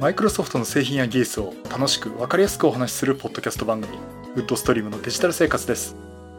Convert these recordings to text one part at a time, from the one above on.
マイクロソフトの製品や技術を楽しく分かりやすくお話しするポッドキャスト番組、ウッドストリームのデジタル生活です。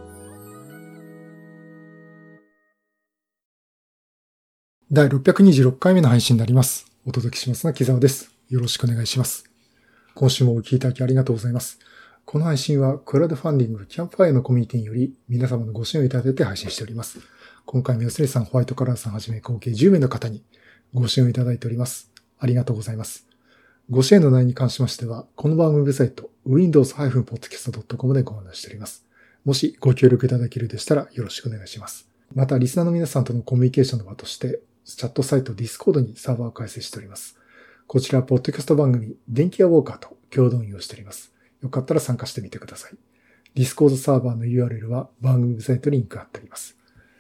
第626回目の配信になります。お届けしますのは木澤です。よろしくお願いします。今週もお聞きいただきありがとうございます。この配信はクラウドファンディングキャンプファイアのコミュニティにより皆様のご支援をいただいて配信しております。今回も吉根さん、ホワイトカラーさんはじめ合計10名の方にご支援をいただいております。ありがとうございます。ご支援の内容に関しましては、この番組ウェブサイト windows-podcast.com でご案内しております。もしご協力いただけるでしたらよろしくお願いします。また、リスナーの皆さんとのコミュニケーションの場として、チャットサイト Discord にサーバーを開設しております。こちらはポッドキャスト番組電気屋ウォーカーと共同運用しております。よかったら参加してみてください。Discord サーバーの URL は番組ウェブサイトにリンク貼ってあります。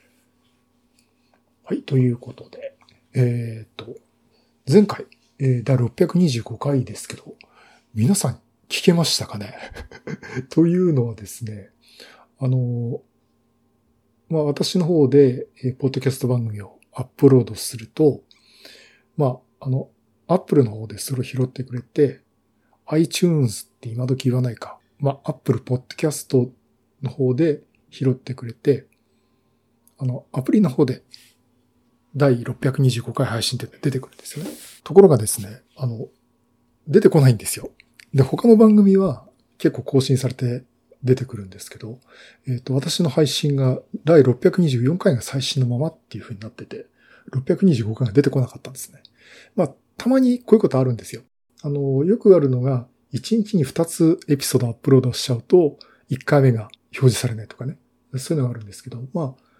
はい、ということで、前回、第625回ですけど、皆さん聞けましたかねというのはですね、私の方で、ポッドキャスト番組をアップロードすると、Apple の方でそれを拾ってくれて、iTunes って今時言わないか。Apple Podcast の方で拾ってくれて、アプリの方で第625回配信って出てくるんですよね。ところがですね、出てこないんですよ。で、他の番組は結構更新されて出てくるんですけど、私の配信が第624回が最新のままっていう風になってて、625回が出てこなかったんですね。たまにこういうことあるんですよ。よくあるのが、1日に2つエピソードアップロードしちゃうと、1回目が表示されないとかね。そういうのがあるんですけど、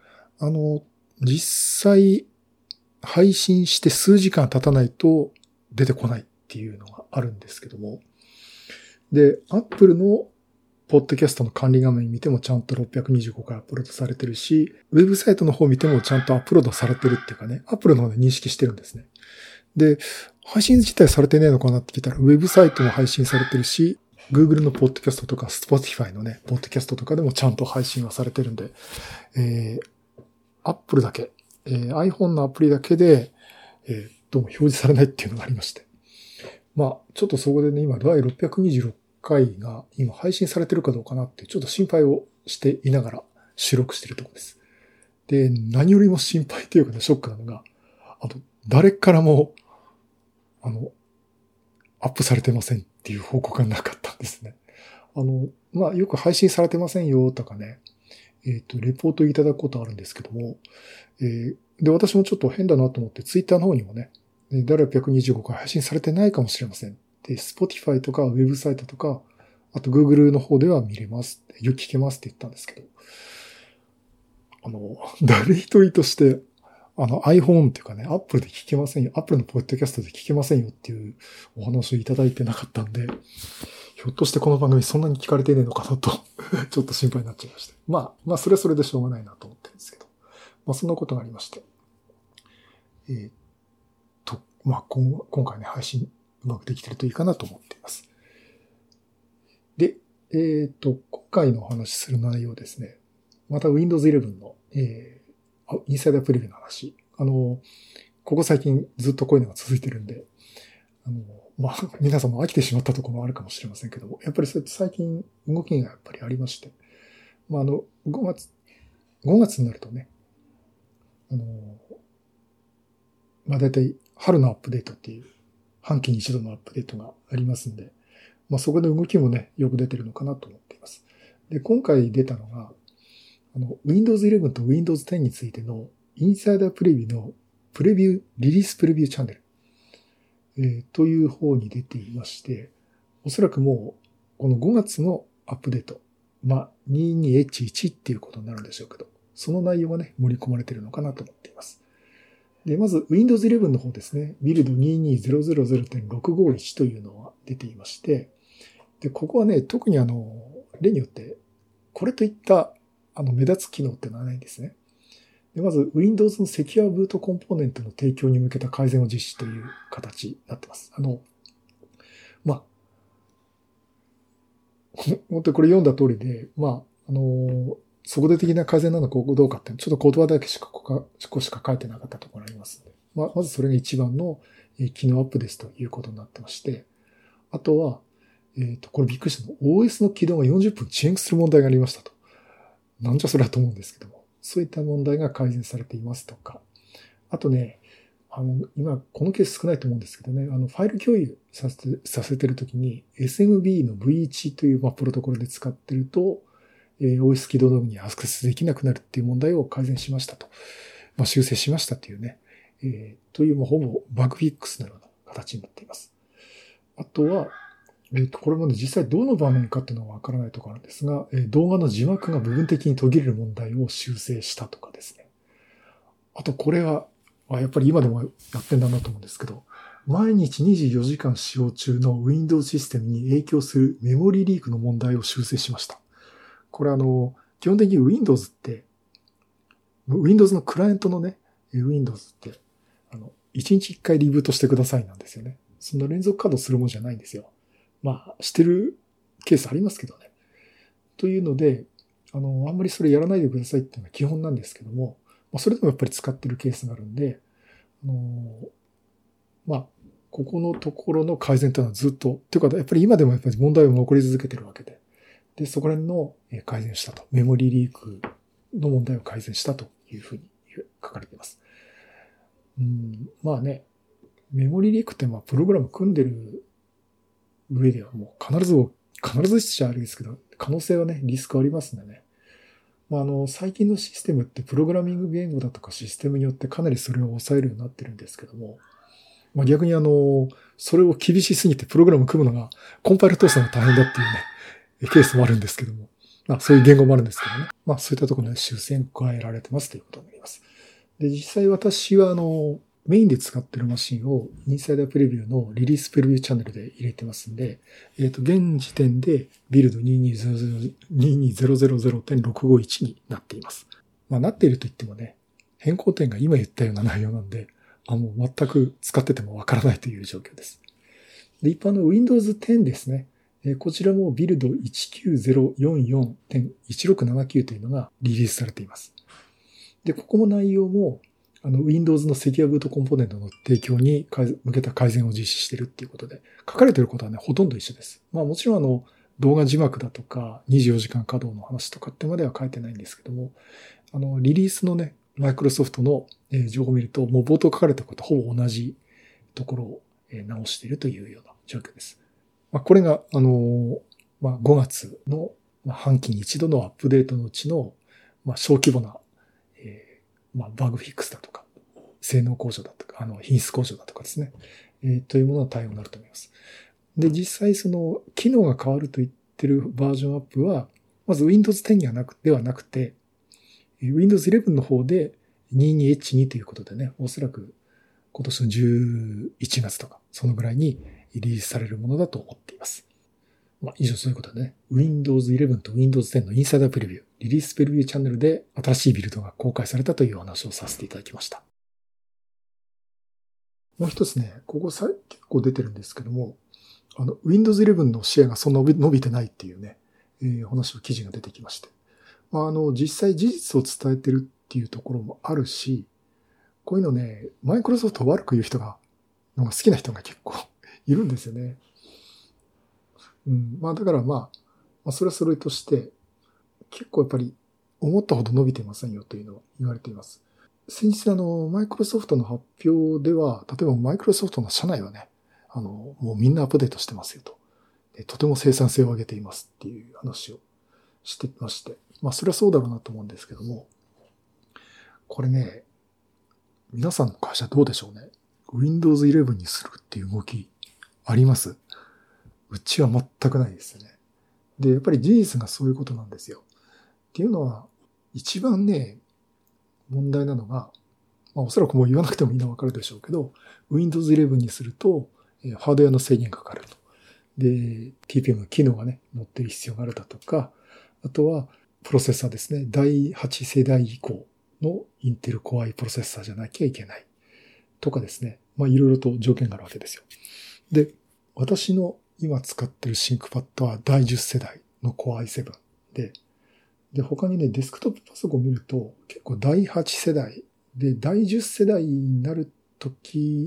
実際、配信して数時間経たないと出てこないっていうのがあるんですけども。で、Apple のポッドキャストの管理画面見てもちゃんと625回アップロードされてるし、ウェブサイトの方見てもちゃんとアップロードされてるっていうかね、Apple の方で認識してるんですね。で、配信自体されてねえのかなって聞いたら、ウェブサイトも配信されてるし、Google のポッドキャストとか Spotify のね、ポッドキャストとかでもちゃんと配信はされてるんで、Apple だけ、iPhone のアプリだけで、どうも表示されないっていうのがありまして。ちょっとそこでね、今、第626回が今配信されてるかどうかなってちょっと心配をしていながら収録しているところです。で、何よりも心配というかね、ショックなのが、誰からも、アップされてませんっていう報告がなかったんですね。よく配信されてませんよとかね、レポートいただくことあるんですけども、で、私もちょっと変だなと思って、ツイッターの方にもね、第625回配信されてないかもしれません。で、Spotify とかウェブサイトとか、あと Google の方では見れます。聞けますって言ったんですけど、誰一人として、iPhone っていうかね、Apple で聞けませんよ。Apple のポッドキャストで聞けませんよっていうお話をいただいてなかったんで、ひょっとしてこの番組そんなに聞かれてねえのかなと、ちょっと心配になっちゃいまして。それはそれでしょうがないなと思ってるんですけど。そんなことがありまして。今回ね、配信うまくできてるといいかなと思っています。で、今回のお話しする内容ですね。また Windows 11の、インサイダープレビューの話。ここ最近ずっとこういうのが続いてるんで、皆さんも飽きてしまったところもあるかもしれませんけども、やっぱりそうやって最近動きがやっぱりありまして、5月になるとね、だいたい春のアップデートっていう半期に一度のアップデートがありますんで、そこで動きもね、よく出てるのかなと思っています。で、今回出たのが、Windows 11と Windows 10についてのインサイダープレビューのリリースプレビューチャンネル、という方に出ていまして、おそらくもう、この5月のアップデート、22H1 っていうことになるんでしょうけど、その内容がね、盛り込まれているのかなと思っています。で、まず Windows 11の方ですね、ビルド 22000.651 というのが出ていまして、で、ここはね、特に例によって、これといった目立つ機能ってのはないんですね。で、まず Windows のセキュアブートコンポーネントの提供に向けた改善を実施という形になってます。本当にこれ読んだ通りで、速度的な改善なのかどうかって、ちょっと言葉だけしか書いてなかったところがありますので。まずそれが一番の機能アップですということになってまして、あとは、これびっくりしたの。OS の起動が40分遅延する問題がありましたと。なんじゃそれはと思うんですけども。そういった問題が改善されていますとか。あとね、今、このケース少ないと思うんですけどね、ファイル共有させてるときに SMB の V1 という、プロトコルで使ってると、OS 起動道具にアクセスできなくなるっていう問題を改善しましたと。修正しましたというね、という、ほぼバグフィックスのような形になっています。あとは、これもね、実際どの場面かっていうのはわからないところなんですが、動画の字幕が部分的に途切れる問題を修正したとかですね。あと、これは、やっぱり今でもやってんだなと思うんですけど、毎日24時間使用中の Windows システムに影響するメモリリークの問題を修正しました。これ基本的に Windows って、Windows のクライアントのね、Windows って、1日1回リブートしてくださいなんですよね。そんな連続稼働するもんじゃないんですよ。してるケースありますけどね。というので、あんまりそれやらないでくださいっていうのは基本なんですけども、それでもやっぱり使ってるケースがあるんで、ここのところの改善というのはずっと、というか、やっぱり今でもやっぱり問題は残り続けてるわけで、で、そこら辺の改善したと。メモリリークの問題を改善したというふうに書かれています。メモリリークってプログラム組んでる上ではもう必ずしちゃあれですけど、可能性はね、リスクありますんでね。最近のシステムってプログラミング言語だとかシステムによってかなりそれを抑えるようになってるんですけども、逆にそれを厳しすぎてプログラム組むのがコンパイル通すのが大変だっていうね、ケースもあるんですけども、そういう言語もあるんですけどね。そういったところで修正が加えられてますということになります。で、実際私はメインで使ってるマシンをインサイダープレビューのリリースプレビューチャンネルで入れてますんで、現時点でビルド22000.651になっています。なっていると言ってもね、変更点が今言ったような内容なんで、もう全く使っててもわからないという状況です。で、一般の Windows 10ですね。こちらもビルド19044.1679というのがリリースされています。で、ここも内容もWindows のセキュアブートコンポーネントの提供に向けた改善を実施しているっていうことで、書かれていることはね、ほとんど一緒です。もちろん動画字幕だとか、24時間稼働の話とかってまでは書いてないんですけども、リリースのね、マイクロソフトの情報を見ると、もう冒頭書かれたことほぼ同じところを直しているというような状況です。これが、5月の半期に一度のアップデートのうちの、小規模なバグフィックスだとか、性能向上だとか、品質向上だとかですね、というものの対応になると思います。で、実際その、機能が変わると言ってるバージョンアップは、まず Windows 10ではなくて、Windows 11の方で 22H2 ということでね、おそらく今年の11月とか、そのぐらいにリリースされるものだと思っています。以上そういうことでね、Windows 11と Windows 10のインサイダープレビュー、リリースプレビューチャンネルで新しいビルドが公開されたというお話をさせていただきました。もう一つね、ここ結構出てるんですけども、Windows 11のシェアがそんな伸びてないっていうね、話の記事が出てきまして。実際事実を伝えてるっていうところもあるし、こういうのね、マイクロソフトを悪く言う人が、好きな人が結構いるんですよね。だからそれはそれとして、結構やっぱり思ったほど伸びてませんよというのは言われています。先日マイクロソフトの発表では、例えばマイクロソフトの社内はね、もうみんなアップデートしてますよと。とても生産性を上げていますっていう話をしてまして。それはそうだろうなと思うんですけども、これね、皆さんの会社どうでしょうね。Windows 11にするっていう動きあります？うちは全くないですよね。で、やっぱり事実がそういうことなんですよ。っていうのは、一番ね、問題なのが、おそらくもう言わなくてもみんなわかるでしょうけど、Windows 11にすると、ハードウェアの制限がかかると。で、TPM の機能がね、載ってる必要があるだとか、あとは、プロセッサーですね。第8世代以降のインテル Core i プロセッサーじゃなきゃいけない。とかですね。いろいろと条件があるわけですよ。で、私の今使ってるシンクパッドは第10世代の Core i7 で、他にね、デスクトップパソコンを見ると、結構第8世代で、第10世代になるとき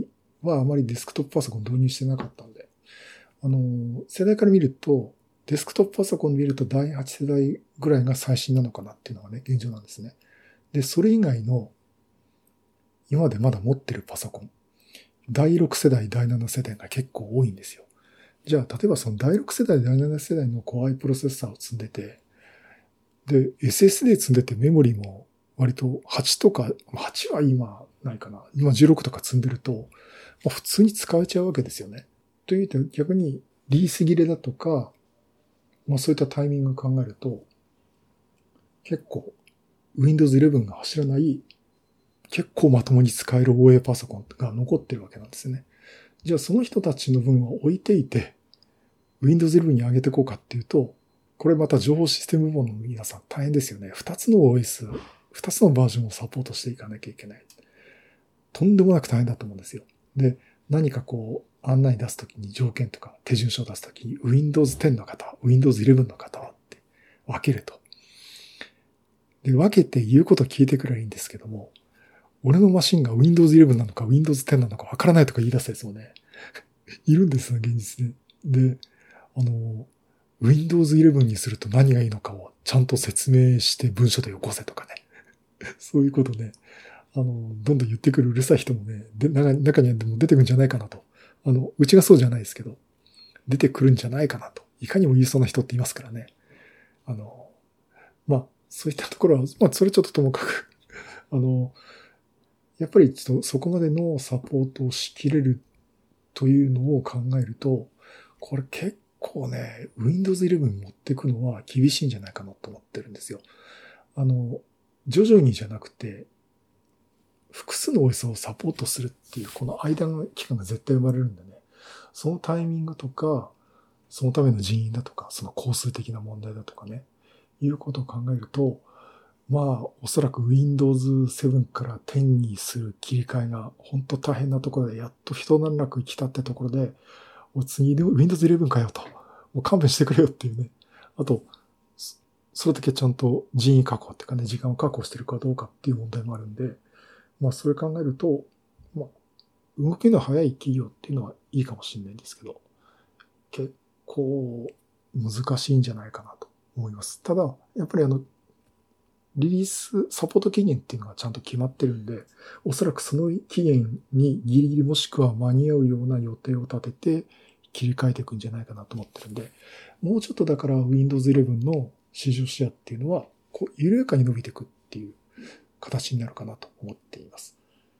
はあまりデスクトップパソコン導入してなかったんで、世代から見ると、デスクトップパソコンを見ると第8世代ぐらいが最新なのかなっていうのがね、現状なんですね。で、それ以外の、今までまだ持ってるパソコン、第6世代、第7世代が結構多いんですよ。じゃあ、例えばその第6世代、第7世代の Core i プロセッサーを積んでて、で、SSD 積んでてメモリも割と8とか、8は今ないかな。今16とか積んでると、普通に使えちゃうわけですよね。というと逆にリース切れだとか、そういったタイミングを考えると、結構 Windows 11が走らない結構まともに使える OA パソコンが残ってるわけなんですね。じゃあその人たちの分を置いていて、Windows 11に上げていこうかっていうと、これまた情報システム部門の皆さん大変ですよね。2つの OS、2つのバージョンをサポートしていかなきゃいけない。とんでもなく大変だと思うんですよ。で、何か案内出すときに条件とか手順書を出すときに Windows 10の方、Windows 11の方はって分けると。で、分けて言うことを聞いてくればいいんですけども、俺のマシンが Windows 11なのか Windows 10なのか分からないとか言い出したやつもね、いるんですよ、現実で。で、Windows 11にすると何がいいのかをちゃんと説明して文書でよこせとかね。そういうことね。どんどん言ってくるうるさい人もね、中にはでも出てくるんじゃないかなと。うちがそうじゃないですけど、出てくるんじゃないかなと。いかにも言いそうな人っていますからね。そういったところは、それちょっとともかくやっぱりちょっとそこまでのサポートをしきれるというのを考えると、これ結構ね、Windows 11持っていくのは厳しいんじゃないかなと思ってるんですよ。徐々にじゃなくて、複数の OS をサポートするっていう、この間の期間が絶対生まれるんでね、そのタイミングとか、そのための人員だとか、その工数的な問題だとかね、いうことを考えると、おそらく Windows 7から10にする切り替えが本当大変なところで、やっと一段落来たってところで、次で Windows 11かよと。もう勘弁してくれよっていうね。あと、それだけちゃんと人員確保っていうかね、時間を確保してるかどうかっていう問題もあるんで、それ考えると、動きの早い企業っていうのはいいかもしれないんですけど、結構難しいんじゃないかなと思います。ただ、やっぱりリリースサポート期限っていうのがちゃんと決まってるんで、おそらくその期限にギリギリもしくは間に合うような予定を立てて切り替えていくんじゃないかなと思ってるんで、もうちょっとだから Windows 11の市場シェアっていうのは、緩やかに伸びていくっていう形になるかなと思っています。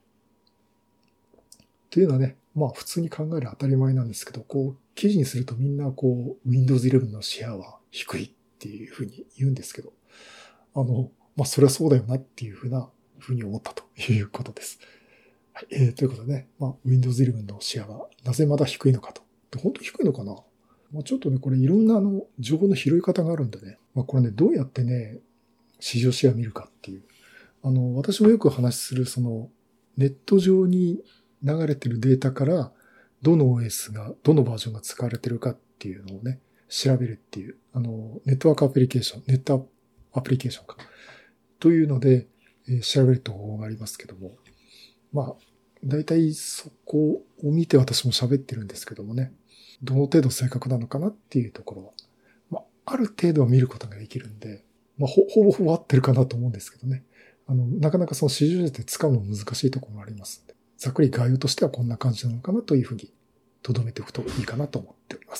というのはね、普通に考える当たり前なんですけど、記事にするとみんなWindows 11のシェアは低いっていうふうに言うんですけど、それはそうだよなっていうふうに思ったということです。はい、ということでね、Windows 11のシェアはなぜまだ低いのかと。本当に低いのかな？ちょっとね、これいろんな情報の拾い方があるんでね、これね、どうやってね、市場シェア見るかっていう。私もよく話する、ネット上に流れてるデータから、どの OS が、どのバージョンが使われてるかっていうのをね、調べるっていう、ネットワークアプリケーション、ネットアプリケーションか。というので、調べる方法がありますけども。だいたいそこを見て私も喋ってるんですけどもね。どの程度正確なのかなっていうところは。ある程度は見ることができるんで、ほぼほぼ合ってるかなと思うんですけどね。なかなかその市場で使うの難しいところがありますので、ざっくり概要としてはこんな感じなのかなというふうに留めておくといいかなと思っております。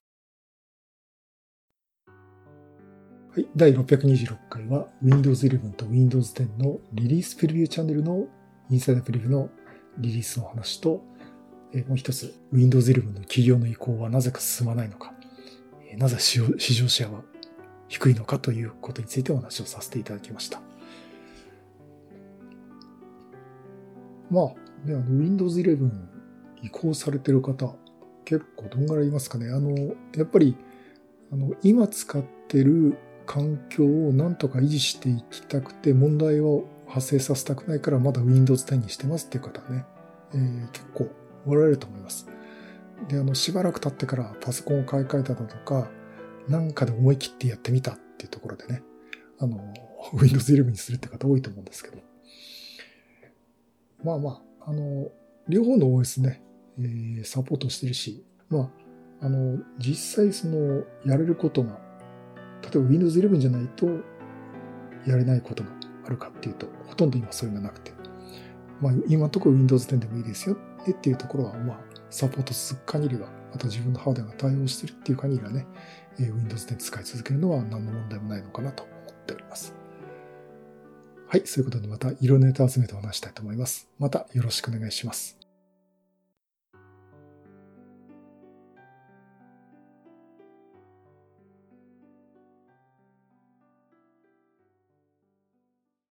はい、第626回は Windows 11と Windows 10のリリースプレビューチャンネルのインサイダープレビューのリリースの話と、もう一つ Windows 11の企業の移行はなぜか進まないのか、なぜ市場シェアは低いのかということについてお話をさせていただきました。Windows 11移行されている方、結構どんぐらいいますかね。やっぱり、今使ってる環境をなんとか維持していきたくて、問題を発生させたくないからまだ Windows 10にしてますっていう方はね、結構おられると思います。で、しばらく経ってからパソコンを買い替えただとか、なんかで思い切ってやってみたっていうところでね、Windows 11にするって方多いと思うんですけど。 両方の OS ね、サポートしてるし、実際やれることが、例えば Windows 11じゃないとやれないことがあるかっていうと、ほとんど今そういうのがなくて、今のところ Windows 10でもいいですよっていうところは、サポート続く限りは、あと自分のハードウェアが対応してるっていう限りはね、Windows 10使い続けるのは何の問題もないのかなと思っております。はい、そういうことでまたいろんなネタを集めてお話したいと思います。またよろしくお願いします。